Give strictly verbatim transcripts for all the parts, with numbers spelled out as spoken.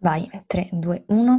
Vai, tre, due, uno.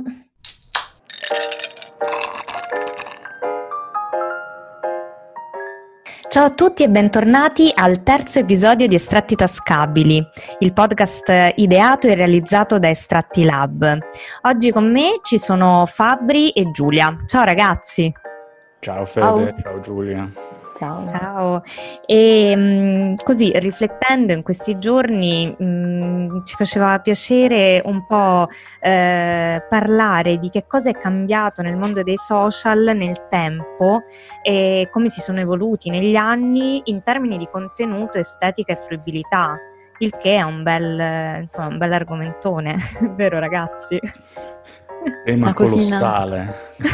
Ciao a tutti e bentornati al terzo episodio di Estratti Tascabili, il podcast ideato e realizzato da Estratti Lab. Oggi con me ci sono Fabri e Giulia. Ciao ragazzi! Ciao Fede, Ciao. ciao Giulia. Ciao. Ciao, e mh, così riflettendo in questi giorni mh, ci faceva piacere un po' eh, parlare di che cosa è cambiato nel mondo dei social nel tempo e come si sono evoluti negli anni in termini di contenuto, estetica e fruibilità, il che è un bel, insomma, un bel argomentone, vero ragazzi? Tema Una cosina. colossale.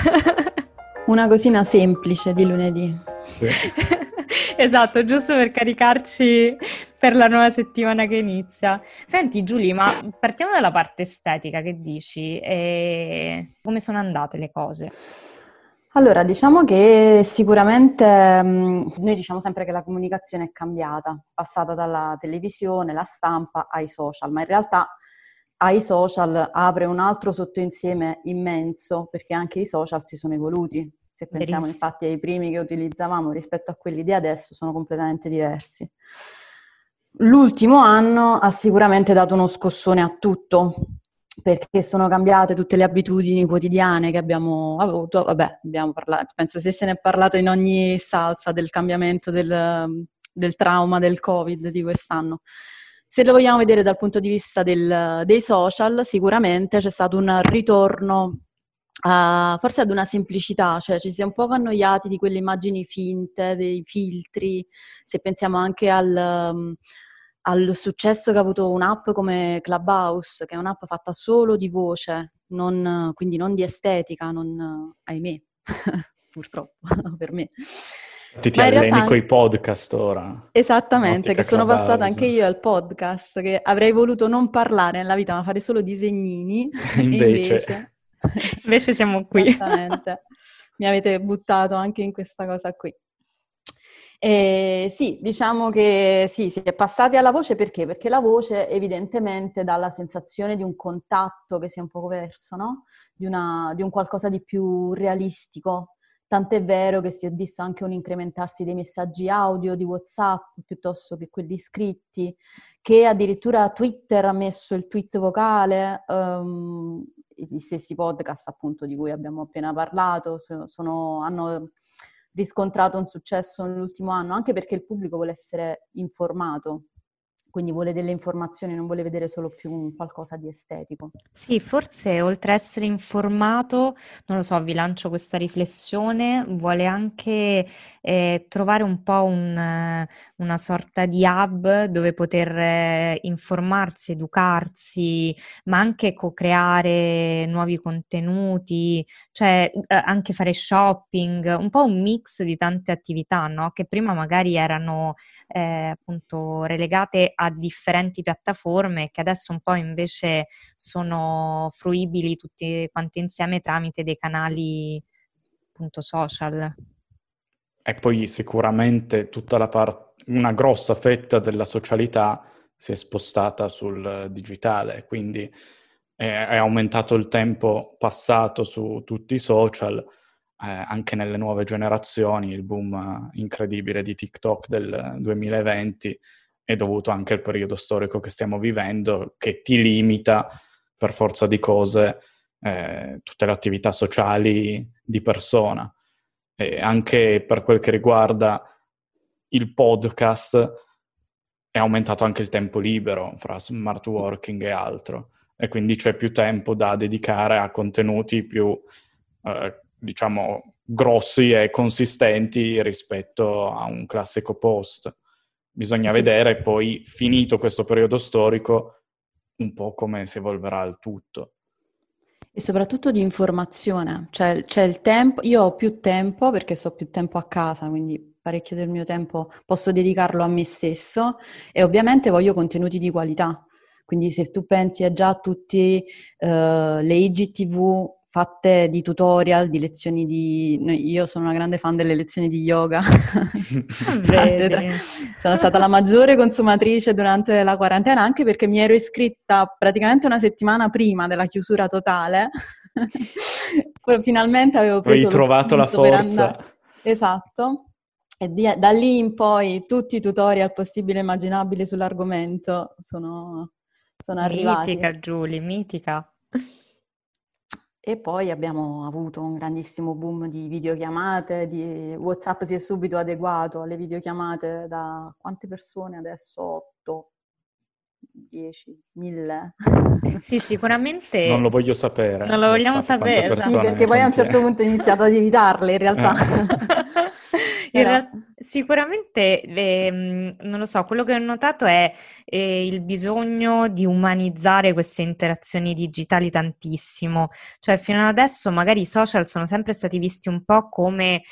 Una cosina semplice di lunedì. Sì. Esatto, giusto per caricarci per la nuova settimana che inizia. Senti Giulia, ma partiamo dalla parte estetica, che dici? E come sono andate le cose? Allora, diciamo che sicuramente mh, noi diciamo sempre che la comunicazione è cambiata, passata dalla televisione, la stampa ai social, ma in realtà ai social apre un altro sottoinsieme immenso, perché anche i social si sono evoluti. Se pensiamo Verissimo. infatti ai primi che utilizzavamo rispetto a quelli di adesso, sono completamente diversi. L'ultimo anno ha sicuramente dato uno scossone a tutto, perché sono cambiate tutte le abitudini quotidiane che abbiamo avuto. Vabbè, abbiamo parlato, penso se se ne è parlato in ogni salsa del cambiamento del, del trauma del Covid di quest'anno. Se lo vogliamo vedere dal punto di vista del, dei social, sicuramente c'è stato un ritorno a, forse ad una semplicità, cioè ci si è un po' annoiati di quelle immagini finte, dei filtri. Se pensiamo anche al, um, al successo che ha avuto un'app come Clubhouse, che è un'app fatta solo di voce, non, quindi non di estetica, non, ahimè, purtroppo per me. Ti, ti Ma in realtà alleni an- coi podcast ora. Esattamente, Ottica che sono passata Clubhouse. anche io al podcast, che avrei voluto non parlare nella vita, ma fare solo disegnini, e Invece, invece... Invece siamo qui. Esattamente, mi avete buttato anche in questa cosa qui. E sì, diciamo che sì, si è passati alla voce perché? Perché la voce evidentemente dà la sensazione di un contatto che sia un poco verso, no? Di una, di un qualcosa di più realistico. Tant'è vero che si è visto anche un incrementarsi dei messaggi audio di WhatsApp piuttosto che quelli scritti, che addirittura Twitter ha messo il tweet vocale, um, gli stessi podcast appunto di cui abbiamo appena parlato, sono, hanno riscontrato un successo nell'ultimo anno, anche perché il pubblico vuole essere informato, quindi vuole delle informazioni, non vuole vedere solo più un qualcosa di estetico. Sì, forse oltre a essere informato, non lo so, vi lancio questa riflessione, vuole anche eh, trovare un po' un, eh, una sorta di hub dove poter eh, informarsi, educarsi, ma anche co-creare nuovi contenuti, cioè eh, anche fare shopping, un po' un mix di tante attività, no? Che prima magari erano eh, appunto relegate a differenti piattaforme, che adesso un po' invece sono fruibili tutti quanti insieme tramite dei canali appunto social. e poi sicuramente tutta la parte, una grossa fetta della socialità si è spostata sul digitale, quindi è, è aumentato il tempo passato su tutti i social, eh, anche nelle nuove generazioni. Il boom eh, incredibile di TikTok del duemilaventi è dovuto anche al periodo storico che stiamo vivendo, che ti limita per forza di cose eh, tutte le attività sociali di persona. E anche per quel che riguarda il podcast è aumentato anche il tempo libero fra smart working e altro, e quindi c'è più tempo da dedicare a contenuti più eh, diciamo grossi e consistenti rispetto a un classico post. Bisogna So- vedere poi, finito questo periodo storico, un po' come si evolverà il tutto. E soprattutto di informazione, cioè c'è il tempo, io ho più tempo perché sto più tempo a casa, quindi parecchio del mio tempo posso dedicarlo a me stesso e ovviamente voglio contenuti di qualità. Quindi se tu pensi a già tutti eh, le I G T V fatte di tutorial, di lezioni di... Io sono una grande fan delle lezioni di yoga. Fatte tra... Sono stata la maggiore consumatrice durante la quarantena, anche perché mi ero iscritta praticamente una settimana prima della chiusura totale. Finalmente avevo preso Hai trovato la spunto per forza. andare... Esatto. E di, da lì in poi tutti i tutorial possibili e immaginabili sull'argomento sono, sono arrivati. Mitica, Giulia, mitica. E poi abbiamo avuto un grandissimo boom di videochiamate, di WhatsApp si è subito adeguato alle videochiamate da quante persone adesso? otto, dieci, mille? Sì, sicuramente... Non lo voglio sapere. Non lo vogliamo WhatsApp, quante sapere, esatto. Sì, perché poi a un certo punto ho iniziato ad evitarle in realtà. In Però... real- sicuramente, ehm, non lo so, quello che ho notato è eh, il bisogno di umanizzare queste interazioni digitali tantissimo. Cioè, fino ad adesso magari i social sono sempre stati visti un po' come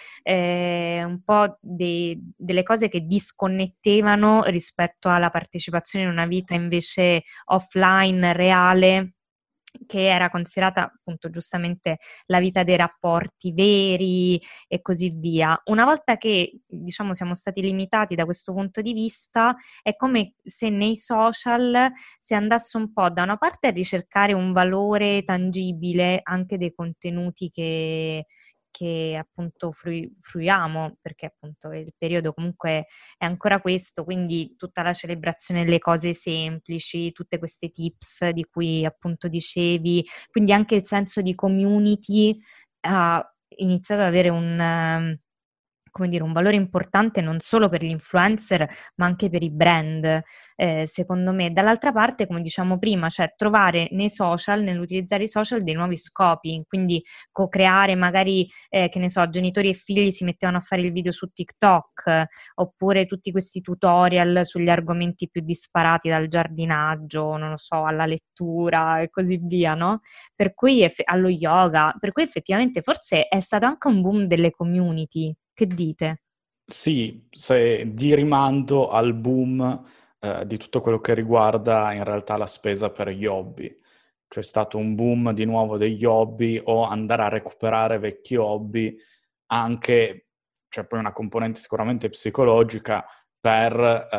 eh, un po' dei- delle cose che disconnettevano rispetto alla partecipazione in una vita invece offline, reale, che era considerata appunto giustamente la vita dei rapporti veri e così via. Una volta che, diciamo, siamo stati limitati da questo punto di vista, è come se nei social si andasse un po' da una parte a ricercare un valore tangibile anche dei contenuti che che appunto frui- fruiamo, perché appunto il periodo comunque è ancora questo, quindi tutta la celebrazione delle cose semplici, tutte queste tips di cui appunto dicevi, quindi anche il senso di community ha iniziato ad avere un, um, come dire, un valore importante non solo per gli influencer, ma anche per i brand, eh, secondo me. Dall'altra parte, come diciamo prima, cioè trovare nei social, nell'utilizzare i social, dei nuovi scopi, quindi co-creare magari, eh, che ne so, genitori e figli si mettevano a fare il video su TikTok, eh, oppure tutti questi tutorial sugli argomenti più disparati, dal giardinaggio, non lo so, alla lettura e così via, no? Per cui eff- allo yoga, per cui effettivamente forse è stato anche un boom delle community. Che dite? Sì, se di rimando al boom eh, di tutto quello che riguarda in realtà la spesa per gli hobby. C'è stato un boom di nuovo degli hobby o andare a recuperare vecchi hobby, anche, c'è poi una componente sicuramente psicologica per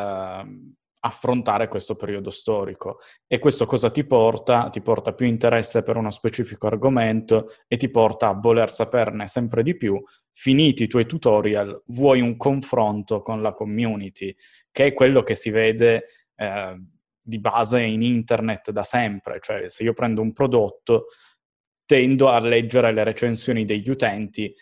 eh, affrontare questo periodo storico. E questo cosa ti porta? Ti porta più interesse per uno specifico argomento e ti porta a voler saperne sempre di più. Finiti i tuoi tutorial, vuoi un confronto con la community, che è quello che si vede eh, di base in internet da sempre. Cioè, se io prendo un prodotto, tendo a leggere le recensioni degli utenti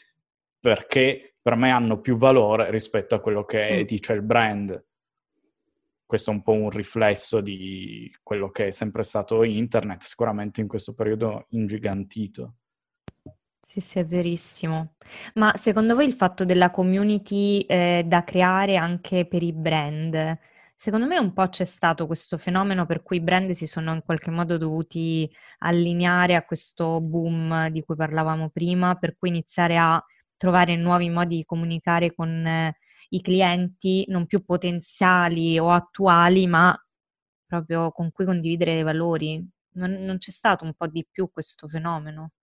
perché per me hanno più valore rispetto a quello che Mm. dice il brand. Questo è un po' un riflesso di quello che è sempre stato internet, sicuramente in questo periodo ingigantito. Sì, sì, è verissimo. Ma secondo voi il fatto della community eh, da creare anche per i brand, secondo me un po' c'è stato questo fenomeno per cui i brand si sono in qualche modo dovuti allineare a questo boom di cui parlavamo prima, per cui iniziare a trovare nuovi modi di comunicare con eh, i clienti, non più potenziali o attuali, ma proprio con cui condividere i valori. Non, non c'è stato un po' di più questo fenomeno?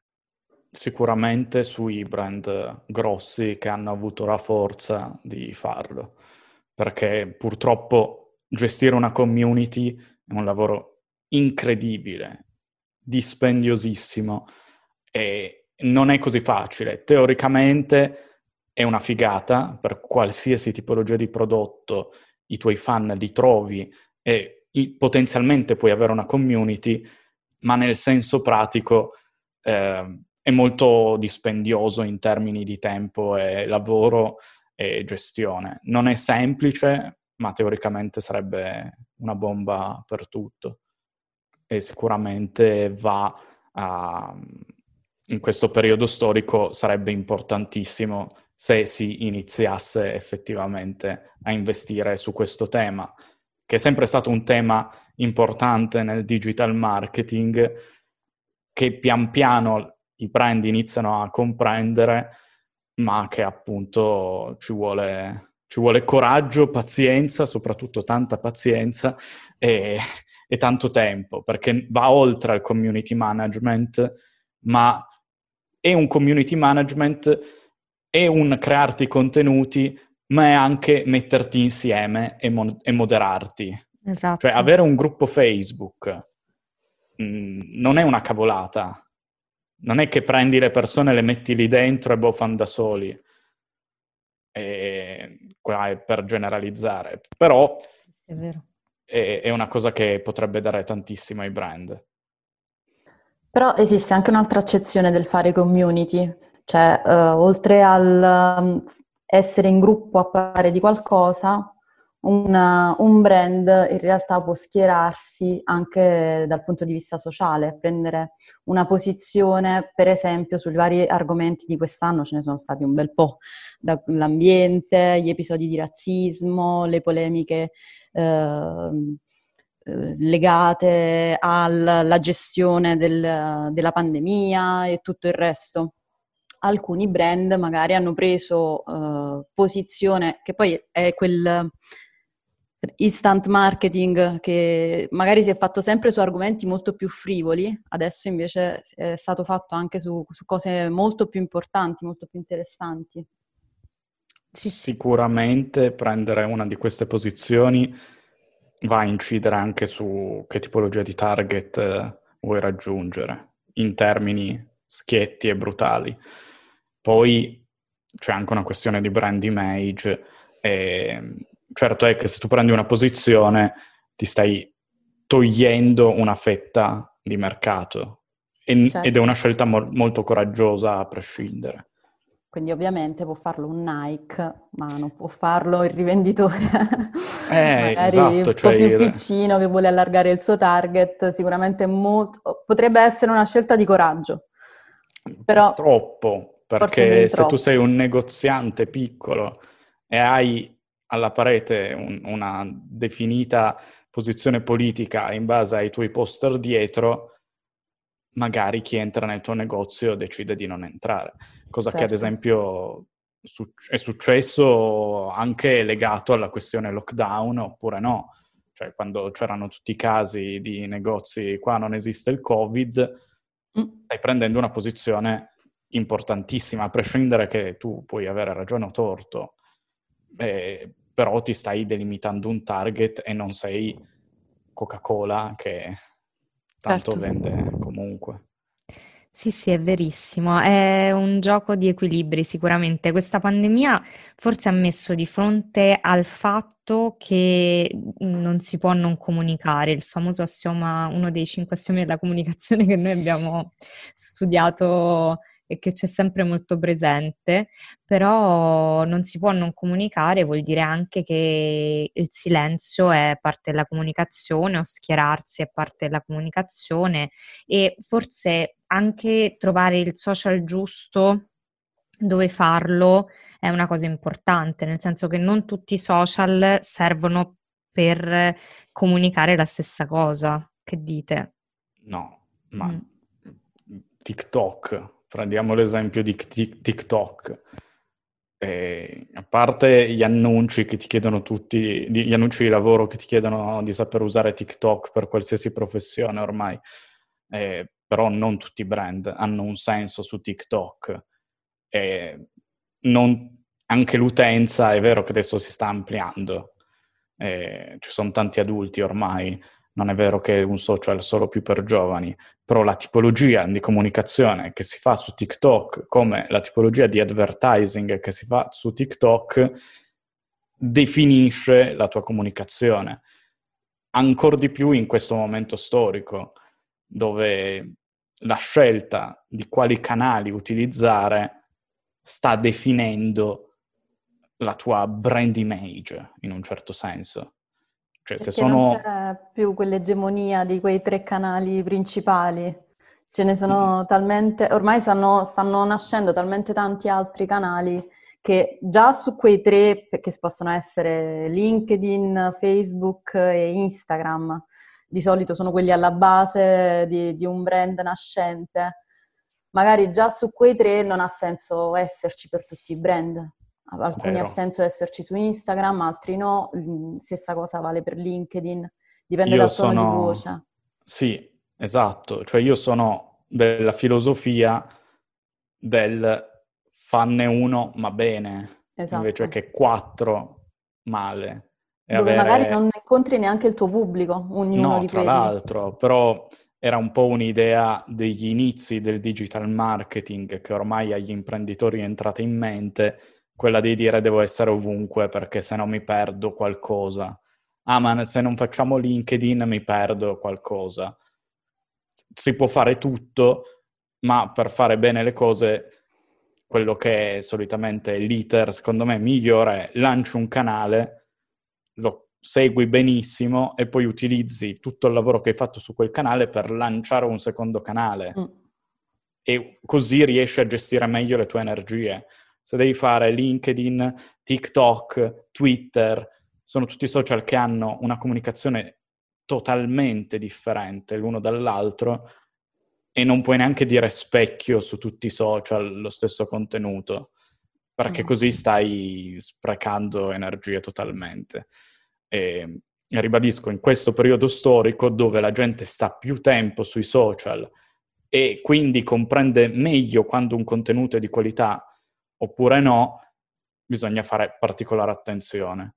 Sicuramente sui brand grossi che hanno avuto la forza di farlo, perché purtroppo gestire una community è un lavoro incredibile, dispendiosissimo e non è così facile. Teoricamente è una figata per qualsiasi tipologia di prodotto, i tuoi fan li trovi e potenzialmente puoi avere una community, ma nel senso pratico eh, è molto dispendioso in termini di tempo e lavoro e gestione. Non è semplice, ma teoricamente sarebbe una bomba per tutto. E sicuramente va a... in questo periodo storico sarebbe importantissimo se si iniziasse effettivamente a investire su questo tema, che è sempre stato un tema importante nel digital marketing, che pian piano i brand iniziano a comprendere, ma che appunto ci vuole, ci vuole coraggio, pazienza, soprattutto tanta pazienza e, e tanto tempo, perché va oltre al community management, ma è un community management, è un crearti contenuti, ma è anche metterti insieme e, mon- e moderarti. Esatto. Cioè, avere un gruppo Facebook mh, non è una cavolata. Non è che prendi le persone, le metti lì dentro e boh, fanno da soli. E qua è per generalizzare. Però Sì, è vero. è, è una cosa che potrebbe dare tantissimo ai brand. Però esiste anche un'altra accezione del fare community, cioè eh, oltre al um, essere in gruppo a parlare di qualcosa, un, un brand in realtà può schierarsi anche dal punto di vista sociale, prendere una posizione, per esempio, sui vari argomenti di quest'anno, ce ne sono stati un bel po', dall'ambiente, gli episodi di razzismo, le polemiche eh, eh, legate alla gestione del- della pandemia e tutto il resto. Alcuni brand magari hanno preso eh, posizione, che poi è quel instant marketing che magari si è fatto sempre su argomenti molto più frivoli, adesso invece è stato fatto anche su, su cose molto più importanti, molto più interessanti. Sì, sì. Sicuramente prendere una di queste posizioni va a incidere anche su che tipologia di target eh, vuoi raggiungere, in termini schietti e brutali. Poi c'è anche una questione di brand image. E certo è che se tu prendi una posizione ti stai togliendo una fetta di mercato e- Certo. ed è una scelta mo- molto coraggiosa a prescindere. Quindi ovviamente può farlo un Nike, ma non può farlo il rivenditore, Eh, magari esatto, un po' cioè più il- piccino che vuole allargare il suo target, sicuramente molto... potrebbe essere una scelta di coraggio, però troppo, forse perché fin se tu troppo. sei un negoziante piccolo e hai alla parete un- una definita posizione politica in base ai tuoi poster dietro, magari chi entra nel tuo negozio decide di non entrare. Cosa che ad Certo. esempio su- è successo anche legato alla questione lockdown, oppure no. Cioè, quando c'erano tutti i casi di negozi, qua non esiste il Covid, Mm. stai prendendo una posizione importantissima, a prescindere che tu puoi avere ragione o torto, eh, però ti stai delimitando un target e non sei Coca-Cola che tanto Certo. vende comunque. Sì, sì, è verissimo. È un gioco di equilibri sicuramente. Questa pandemia forse ha messo di fronte al fatto che non si può non comunicare, il famoso assioma, uno dei cinque assiomi della comunicazione che noi abbiamo studiato e che c'è sempre molto presente, però non si può non comunicare, vuol dire anche che il silenzio è parte della comunicazione o schierarsi è parte della comunicazione e forse anche trovare il social giusto dove farlo è una cosa importante, nel senso che non tutti i social servono per comunicare la stessa cosa. Che dite? No, ma Mm. TikTok, prendiamo l'esempio di Tik- TikTok. Eh, a parte gli annunci che ti chiedono tutti, di- gli annunci di lavoro che ti chiedono di saper usare TikTok per qualsiasi professione ormai, eh, però non tutti i brand hanno un senso su TikTok. Eh, non- anche l'utenza è vero che adesso si sta ampliando. Eh, ci sono tanti adulti ormai, non è vero che è un social solo più per giovani, però la tipologia di comunicazione che si fa su TikTok, come la tipologia di advertising che si fa su TikTok, definisce la tua comunicazione. Ancor di più in questo momento storico, dove la scelta di quali canali utilizzare sta definendo la tua brand image, in un certo senso. Cioè, se Perché non sono... c'è più quell'egemonia di quei tre canali principali. Ce ne Mm, sono talmente, ormai stanno, stanno nascendo talmente tanti altri canali che già su quei tre, che possono essere LinkedIn, Facebook e Instagram, di solito sono quelli alla base di, di un brand nascente, magari già su quei tre non ha senso esserci per tutti i brand. Alcuni ha vero. senso esserci su Instagram, altri no. Mm, stessa cosa vale per LinkedIn, dipende Io dal tono di sono... voce. Sì, esatto. Cioè io sono della filosofia del fanne uno ma bene, Esatto. invece che quattro male. E Dove avere... magari non incontri neanche il tuo pubblico, ognuno No, di tra quelli. l'altro, però era un po' un'idea degli inizi del digital marketing che ormai agli imprenditori è entrata in mente, quella di dire devo essere ovunque perché se no mi perdo qualcosa. Ah, ma se non facciamo LinkedIn mi perdo qualcosa. Si può fare tutto, ma per fare bene le cose, quello che è solitamente l'iter, secondo me, migliore è lanci un canale, lo segui benissimo e poi utilizzi tutto il lavoro che hai fatto su quel canale per lanciare un secondo canale. Mm. E così riesci a gestire meglio le tue energie. Se devi fare LinkedIn, TikTok, Twitter, sono tutti social che hanno una comunicazione totalmente differente l'uno dall'altro e non puoi neanche dire specchio su tutti i social lo stesso contenuto, perché Mm. così stai sprecando energie totalmente. E ribadisco, in questo periodo storico dove la gente sta più tempo sui social e quindi comprende meglio quando un contenuto è di qualità oppure no, bisogna fare particolare attenzione.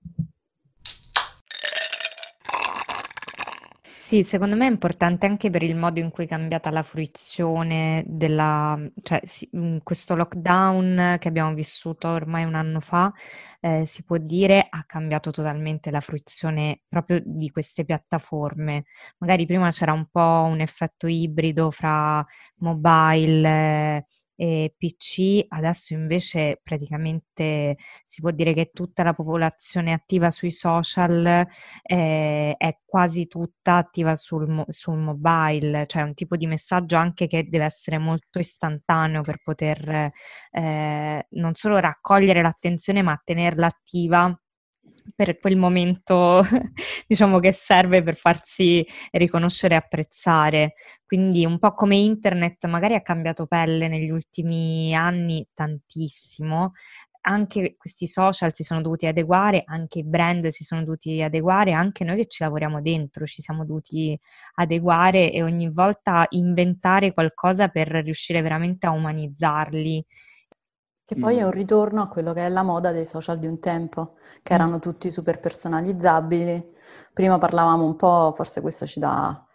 Sì, secondo me è importante anche per il modo in cui è cambiata la fruizione della, cioè sì, mh, questo lockdown che abbiamo vissuto ormai un anno fa, eh, si può dire ha cambiato totalmente la fruizione proprio di queste piattaforme. Magari prima c'era un po' un effetto ibrido fra mobile, eh, e P C, adesso invece praticamente si può dire che tutta la popolazione attiva sui social eh, è quasi tutta attiva sul, mo- sul mobile, cioè un tipo di messaggio anche che deve essere molto istantaneo per poter eh, non solo raccogliere l'attenzione, ma tenerla attiva per quel momento, diciamo che serve per farsi riconoscere e apprezzare. Quindi un po' come internet magari ha cambiato pelle negli ultimi anni tantissimo, anche questi social si sono dovuti adeguare, anche i brand si sono dovuti adeguare, anche noi che ci lavoriamo dentro ci siamo dovuti adeguare e ogni volta inventare qualcosa per riuscire veramente a umanizzarli. Che poi è un ritorno a quello che è la moda dei social di un tempo, che Mm. erano tutti super personalizzabili. Prima parlavamo un po', forse questo ci dà,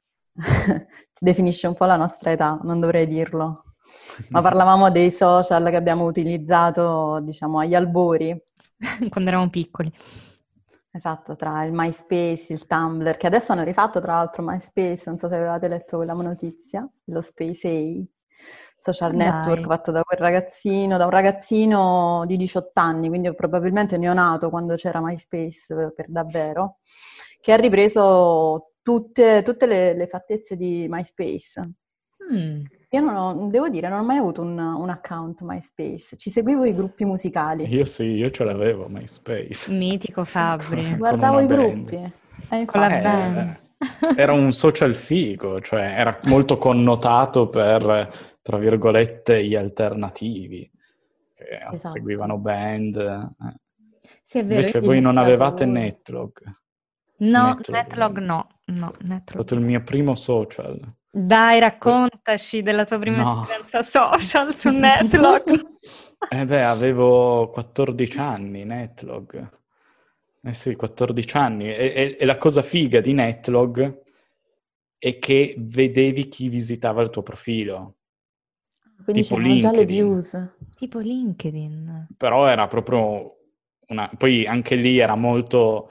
ci definisce un po' la nostra età, non dovrei dirlo, ma parlavamo dei social che abbiamo utilizzato, diciamo, agli albori. Quando eravamo piccoli. Esatto, tra il MySpace, il Tumblr, che adesso hanno rifatto tra l'altro MySpace, non so se avevate letto quella notizia, lo Space A, social network Dai. fatto da quel ragazzino, da un ragazzino di diciotto anni, quindi probabilmente neonato quando c'era MySpace per, per davvero, che ha ripreso tutte, tutte le, le fattezze di MySpace. Mm. Io non ho, devo dire, non ho mai avuto un, un account MySpace, ci seguivo i gruppi musicali. Io sì, io ce l'avevo, MySpace. Mitico Fabri. Con Guardavo una i band. gruppi, e Con la infatti... band. Eh, era un social figo, cioè era molto connotato per, tra virgolette, gli alternativi, che Esatto. seguivano band. eh. Sì, è vero. Invece voi non avevate Illustratori. Netlog. No, Netlog, Netlog vero? no, no, È Netlog stato il no. mio primo social. Dai, Poi- raccontaci della tua prima No. esperienza social su Netlog. Eh beh, avevo quattordici anni, Netlog. Eh sì, quattordici anni. E, e- e la cosa figa di Netlog è che vedevi chi visitava il tuo profilo, Quindi tipo c'erano già le LinkedIn. views. Tipo LinkedIn. Però era proprio una... Poi anche lì era molto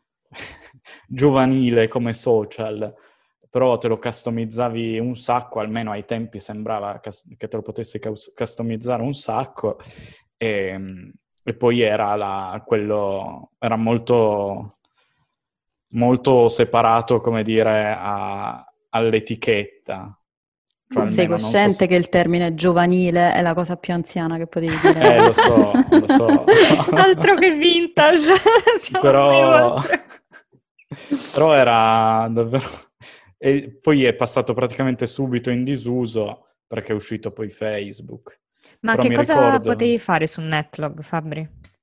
giovanile come social, però te lo customizzavi un sacco, almeno ai tempi sembrava cas- che te lo potessi cus- customizzare un sacco, e, e poi era la, quello, era molto, molto separato, come dire, a- all'etichetta. Cioè Tu sei almeno non so se... cosciente che il termine giovanile è la cosa più anziana che potevi dire? Eh, lo so, lo so. Altro che vintage, siamo mai Però... oltre. Però era davvero... E poi è passato praticamente subito in disuso perché è uscito poi Facebook. Ma Però che mi cosa ricordo... potevi fare su Netlog, Fabri?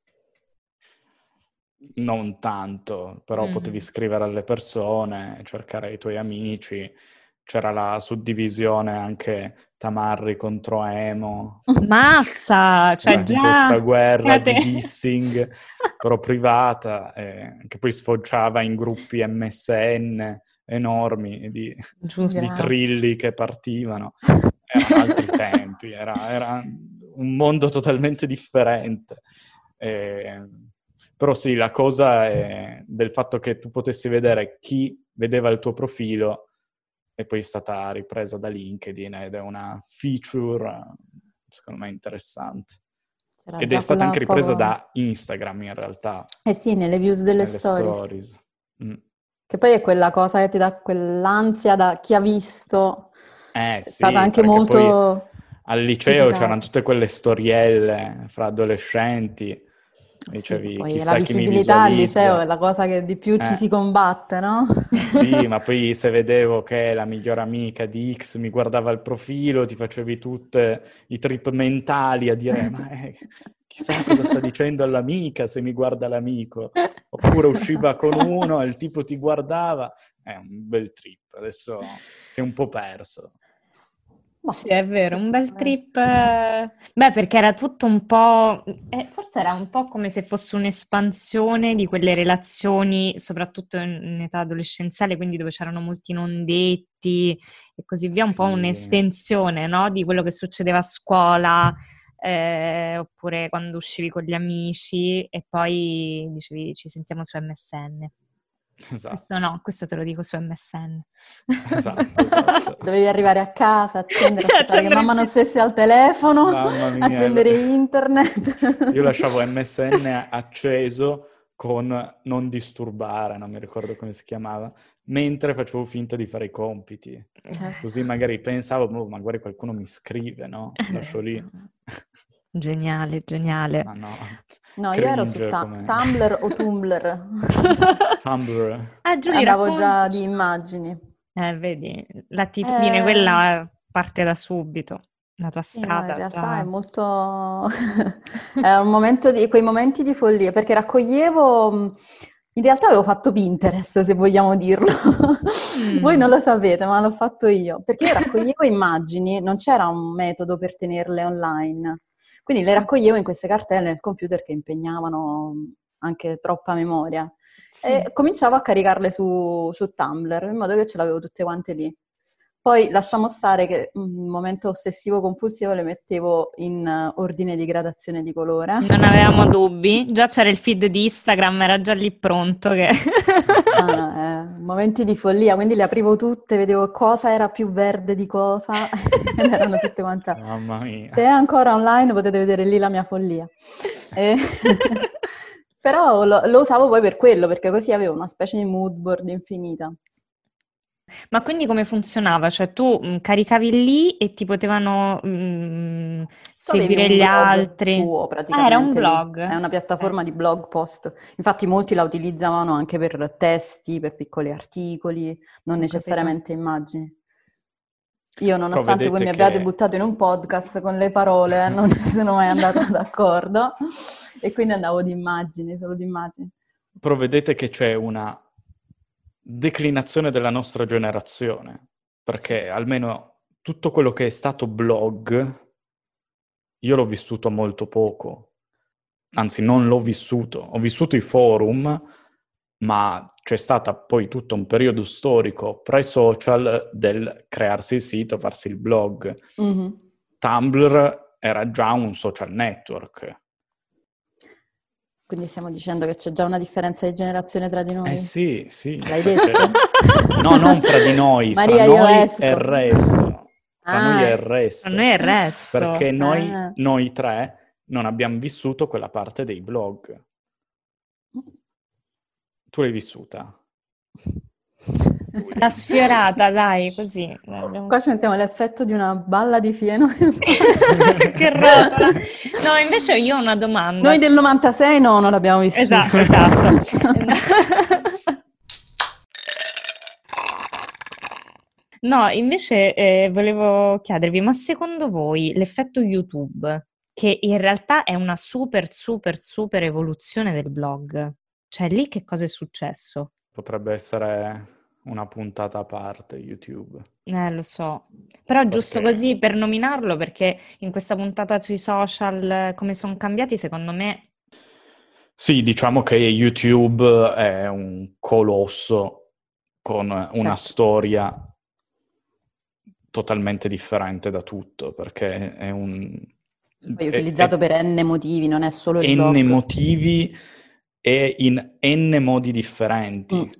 Non tanto, però potevi Mm. scrivere alle persone, cercare i tuoi amici, c'era la suddivisione anche tamarri contro emo. Mazza! Cioè Era tipo già... sta guerra di Cate- dissing, però privata, eh, che poi sfociava in gruppi M S N enormi di, di Giusto. trilli che partivano. Erano altri tempi, era, era un mondo totalmente differente. Eh, però sì, la cosa è del fatto che tu potessi vedere chi vedeva il tuo profilo e poi è stata ripresa da LinkedIn ed è una feature, secondo me, interessante. C'era Ed è già stata quella anche ripresa poco... da Instagram, in realtà, Eh sì, nelle views delle nelle stories. stories. Mm. Che poi è quella cosa che ti dà quell'ansia da chi ha visto. Eh È stata sì, anche perché poi molto al liceo c'erano criticata. tutte quelle storielle fra adolescenti, Sì, ma dicevi poi la chissà chi mi visibilità al liceo è visualizza. la cosa che di più ci Eh, si combatte, no? sì, ma poi se vedevo che la migliore amica di X mi guardava il profilo, ti facevi tutti i trip mentali a dire ma eh, chissà cosa sta dicendo all'amica se mi guarda l'amico. Oppure usciva con uno e il tipo ti guardava. È un bel trip, adesso si è un po' perso. Ma Sì, è vero, un bel eh, trip. eh, Beh, perché era tutto un po', eh, forse era un po' come se fosse un'espansione di quelle relazioni, soprattutto in, in età adolescenziale, quindi dove c'erano molti non detti e così via, un po' Sì, un'estensione, no, di quello che succedeva a scuola, eh, oppure quando uscivi con gli amici e poi dicevi ci sentiamo su M S N. Questo esatto, no, questo te lo dico su M S N. esatto, esatto. dovevi arrivare a casa, accendere, aspettare che Accendere mamma il non P C. stesse al telefono, Mamma mia, accendere l- io internet. lasciavo M S N acceso con non disturbare, non mi ricordo come si chiamava, mentre facevo finta di fare i compiti. Certo. Così magari pensavo, boh, magari qualcuno mi scrive, no? Lascio lì. Geniale, geniale. Ma no, No, io ero su cringe Ta- come Tumblr o Tumblr. Tumblr. Ah, Giulia, Andavo già di raccontaci. immagini. Eh, vedi, l'attitudine Eh, quella parte da subito, la tua sì, no, in strada realtà è già. molto... è un momento di... quei momenti di follia, perché raccoglievo... mh, in realtà avevo fatto Pinterest, se vogliamo dirlo. Voi non Mm. lo sapete, ma l'ho fatto io. Perché io raccoglievo immagini, non c'era un metodo per tenerle online. Quindi le Ah, raccoglievo in queste cartelle nel computer che impegnavano anche troppa memoria. sì. E cominciavo a caricarle su, su Tumblr, in modo che ce l'avevo tutte quante lì. Poi lasciamo stare che un momento ossessivo compulsivo le mettevo in eh, ordine di gradazione di colore. Non avevamo dubbi, già c'era il feed di Instagram, era già lì pronto che... No, no, eh, momenti di follia, quindi le aprivo tutte, vedevo cosa era più verde di cosa, ed erano tutte quante... Mamma Se è mia. ancora online potete vedere lì la mia follia. E- Però lo, lo usavo poi per quello, perché così avevo una specie di mood board infinita. Ma quindi come funzionava? Cioè tu mh, caricavi lì e ti potevano mh, Tu avevi seguire un gli blog altri? tuo Ah, era un praticamente lì, blog? è una Ok, piattaforma di blog post. Infatti molti la utilizzavano anche per testi, per piccoli articoli, non ho capito. necessariamente immagini. Io, Però nonostante voi mi vedete abbiate che buttato in un podcast con le parole, non ne sono mai andata d'accordo e quindi andavo di immagini, solo di immagini. Però vedete che c'è una declinazione della nostra generazione, Sì. perché almeno tutto quello che è stato blog, io l'ho vissuto molto poco. Anzi, non l'ho vissuto. Ho vissuto i forum, ma c'è stata poi tutto un periodo storico pre-social del crearsi il sito, farsi il blog. Mhm. Tumblr era già un social network. Quindi stiamo dicendo che c'è già una differenza di generazione tra di Eh noi? sì, sì, L'hai perché... detto? No, non fra di noi, fra Maria, io noi e il esco. resto. Fra noi e Ah, il A noi è resto. il resto. Perché noi, ah. noi tre non abbiamo vissuto quella parte dei blog. Tu l'hai vissuta? La sfiorata, dai, così. Abbiamo Qua ci mettiamo l'effetto di una balla di fieno. Che rotola. No, invece io ho una domanda. Noi del novantasei no, non l'abbiamo vissuto. Esatto, esatto. No, invece eh, volevo chiedervi, ma secondo voi l'effetto YouTube, che in realtà è una super, super, super evoluzione del blog, cioè lì che cosa è successo? Potrebbe essere una puntata a parte YouTube. Eh, lo so. Però giusto Perché così per nominarlo, perché in questa puntata sui social eh, come sono cambiati, secondo me, sì, diciamo che YouTube è un colosso con una Certo. storia totalmente differente da tutto, perché è un... Poi è è, utilizzato è per N motivi, non è solo il N blog. motivi e in N modi differenti. Mm.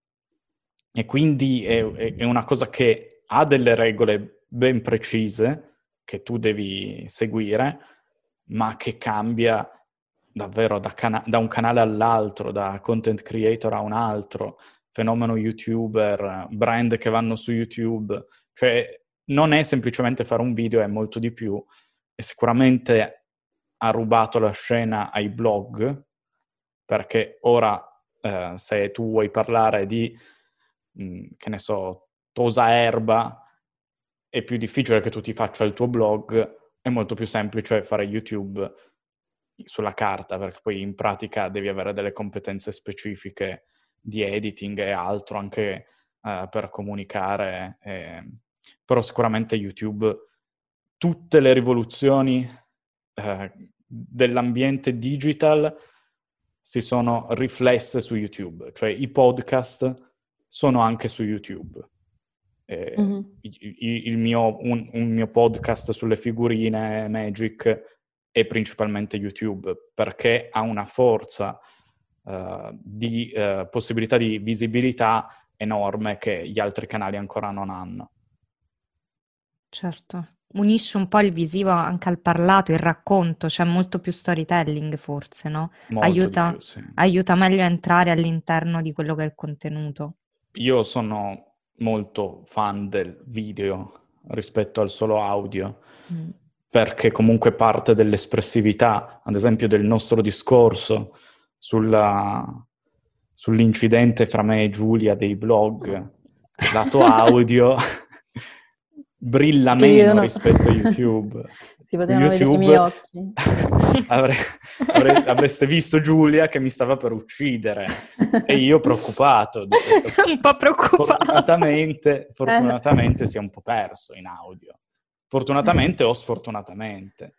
E quindi è, è- è una cosa che ha delle regole ben precise che tu devi seguire, ma che cambia davvero da, cana- da un canale all'altro, da content creator a un altro, fenomeno YouTuber, brand che vanno su YouTube. Cioè, non è semplicemente fare un video, è molto di più. E sicuramente ha rubato la scena ai blog, perché ora, eh, se tu vuoi parlare di, mh, che ne so, tosa erba, è più difficile che tu ti faccia il tuo blog, è molto più semplice fare YouTube sulla carta, perché poi in pratica devi avere delle competenze specifiche di editing e altro anche eh, per comunicare. eh. Però sicuramente YouTube, tutte le rivoluzioni eh, dell'ambiente digital si sono riflesse su YouTube, cioè i podcast sono anche su YouTube. Eh, Mhm. il, il mio, un, un mio podcast sulle figurine Magic è principalmente YouTube, perché ha una forza uh, di uh, possibilità di visibilità enorme che gli altri canali ancora non hanno. certo, unisce un po' il visivo anche al parlato, il racconto, c'è molto più storytelling forse, no? Molto di più, Aiuta, sì. aiuta meglio a entrare all'interno di quello che è il contenuto. Io sono molto fan del video rispetto al solo audio, Mm. perché comunque parte dell'espressività, ad esempio del nostro discorso sulla, sull'incidente fra me e Giulia dei blog, lato audio, brilla Si meno vedono- rispetto a YouTube. Si Su potevano vedere i miei YouTube occhi. avre- avre- avreste visto Giulia che mi stava per uccidere e io preoccupato di questa cosa. Un po' preoccupata. Fortunatamente, Eh. fortunatamente si è un po' perso in audio. Fortunatamente o sfortunatamente.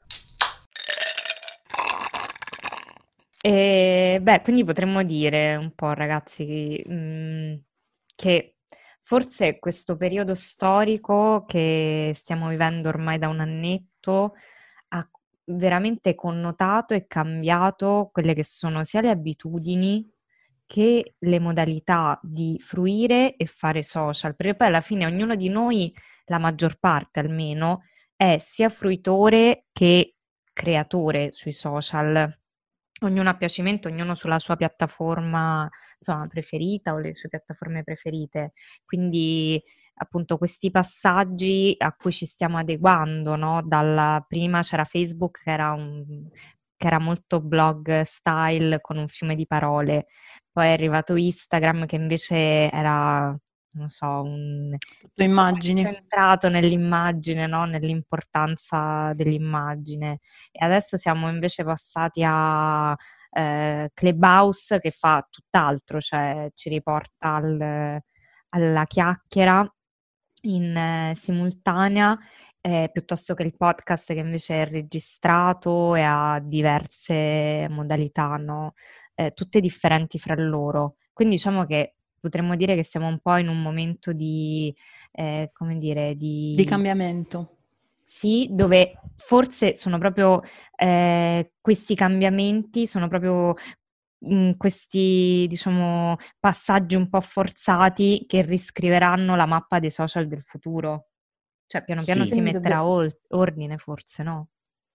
E, beh, quindi potremmo dire un po', ragazzi, mh, che forse questo periodo storico che stiamo vivendo ormai da un annetto ha veramente connotato e cambiato quelle che sono sia le abitudini che le modalità di fruire e fare social, perché poi alla fine ognuno di noi, la maggior parte almeno, è sia fruitore che creatore sui social. Ognuno a piacimento, ognuno sulla sua piattaforma, insomma, preferita o le sue piattaforme preferite. Quindi, appunto, questi passaggi a cui ci stiamo adeguando, no? Dalla prima c'era Facebook che era un, che era molto blog style con un fiume di parole, poi è arrivato Instagram che invece era, non so, un, Tutto tutto immagini. centrato nell'immagine, no? Nell'importanza dell'immagine. E adesso siamo invece passati a eh, Clubhouse che fa tutt'altro, cioè ci riporta al- alla chiacchiera in eh, simultanea, eh, piuttosto che il podcast che invece è registrato e ha diverse modalità, no? Eh, tutte differenti fra loro. Quindi diciamo che potremmo dire che siamo un po' in un momento di, eh, come dire, Di di cambiamento. sì, dove forse sono proprio eh, questi cambiamenti, sono proprio mh, questi, diciamo, passaggi un po' forzati che riscriveranno la mappa dei social del futuro. Cioè, piano piano Sì, si Quindi metterà dobbiamo... ol- ordine, forse, no?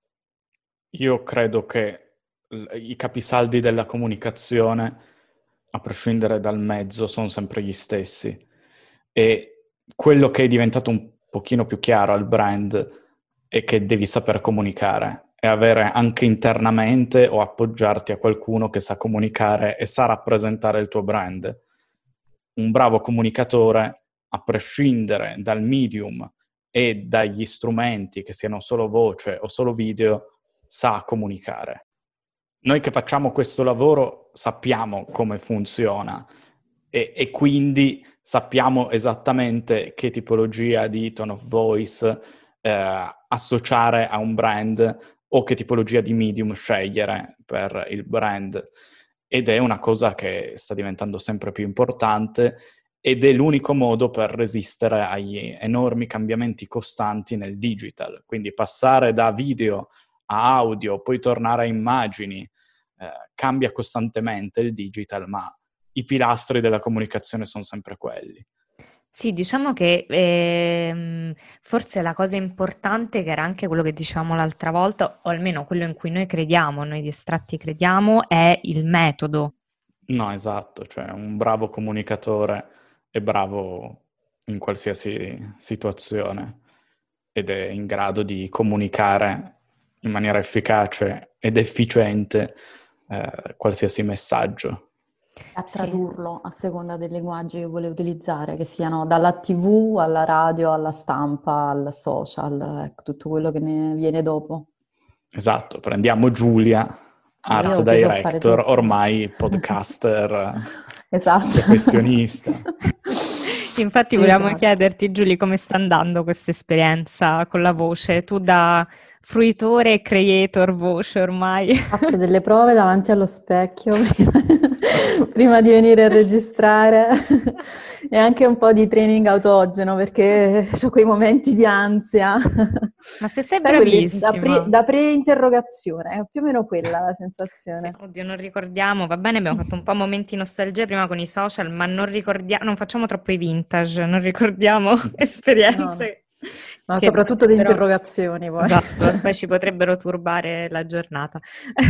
io credo che l- i capisaldi della comunicazione, a prescindere dal mezzo, sono sempre gli stessi. E quello che è diventato un pochino più chiaro al brand è che devi saper comunicare e avere anche internamente o appoggiarti a qualcuno che sa comunicare e sa rappresentare il tuo brand. Un bravo comunicatore, a prescindere dal medium e dagli strumenti, che siano solo voce o solo video, sa comunicare. Noi che facciamo questo lavoro sappiamo come funziona e, e quindi sappiamo esattamente che tipologia di tone of voice eh, associare a un brand o che tipologia di medium scegliere per il brand. Ed è una cosa che sta diventando sempre più importante ed è l'unico modo per resistere agli enormi cambiamenti costanti nel digital. Quindi passare da video a audio, poi tornare a immagini, eh, cambia costantemente il digital, ma i pilastri della comunicazione sono sempre quelli. Sì, diciamo che ehm, forse la cosa importante, che era anche quello che dicevamo l'altra volta, o almeno quello in cui noi crediamo, noi di Estratti crediamo, è il metodo. No, esatto, cioè un bravo comunicatore è bravo in qualsiasi situazione ed è in grado di comunicare in maniera efficace ed efficiente eh, qualsiasi messaggio. A tradurlo a seconda dei linguaggi che vuole utilizzare, che siano dalla tivù alla radio, alla stampa, al social, ecco, tutto quello che ne viene dopo. Esatto, prendiamo Giulia, art Io ti so fare director, tutto. ormai podcaster Esatto. professionista. Infatti volevamo Esatto. chiederti, Giulia, come sta andando questa esperienza con la voce? Tu da fruitore e creator voce ormai. Faccio delle prove davanti allo specchio prima, prima di venire a registrare e anche un po' di training autogeno perché ho quei momenti di ansia. Ma se sei Sai, quelli da, bravissima. pre, da pre-interrogazione, è più o meno quella la sensazione. Oddio, non ricordiamo, va bene, abbiamo fatto un po' momenti di nostalgia prima con i social, ma non ricordiamo, non facciamo troppo i vintage, non ricordiamo esperienze. No, ma che soprattutto di potrebbero- interrogazioni poi. Esatto, poi ci potrebbero turbare la giornata.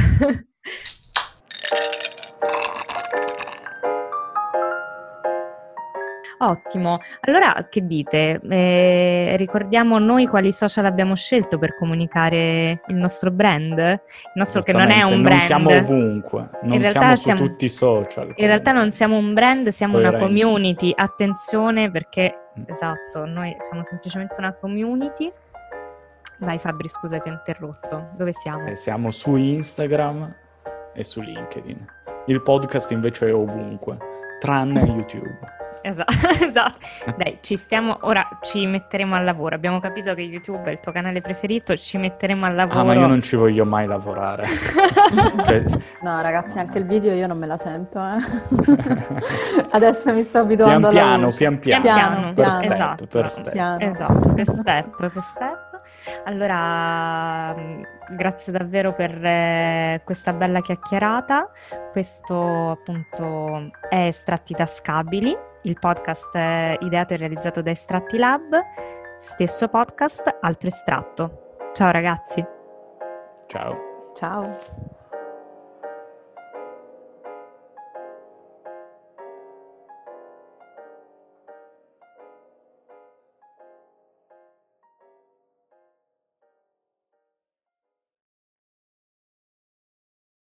Ottimo, allora che dite? Eh, ricordiamo noi quali social abbiamo scelto per comunicare il nostro brand? Il nostro che non è un Esattamente, brand. non siamo ovunque, non In realtà siamo su siamo- tutti i social. In realtà non siamo un brand, siamo una Coerenti. community. Attenzione perché, Mm. esatto, noi siamo semplicemente una community. Vai Fabri, scusa, ti ho interrotto. Dove siamo? Eh, siamo su Instagram e su LinkedIn. Il podcast invece è ovunque, tranne YouTube. Esatto, esatto. Dai, ci stiamo, ora ci metteremo al lavoro. Abbiamo capito che YouTube è il tuo canale preferito, ci metteremo al lavoro. Ah, ma io non ci voglio mai lavorare. Cioè, No, ragazzi, anche il video io non me la sento, eh. Adesso mi sto abituando pian alla piano, voce. pian piano, Piano, per piano. step, esatto. per step. Piano. Esatto, per step, per step. Allora, mh, grazie davvero per eh, questa bella chiacchierata. Questo appunto è Estratti Tascabili, il podcast è ideato e realizzato da Estratti Lab, stesso podcast, altro estratto. Ciao ragazzi. Ciao. Ciao.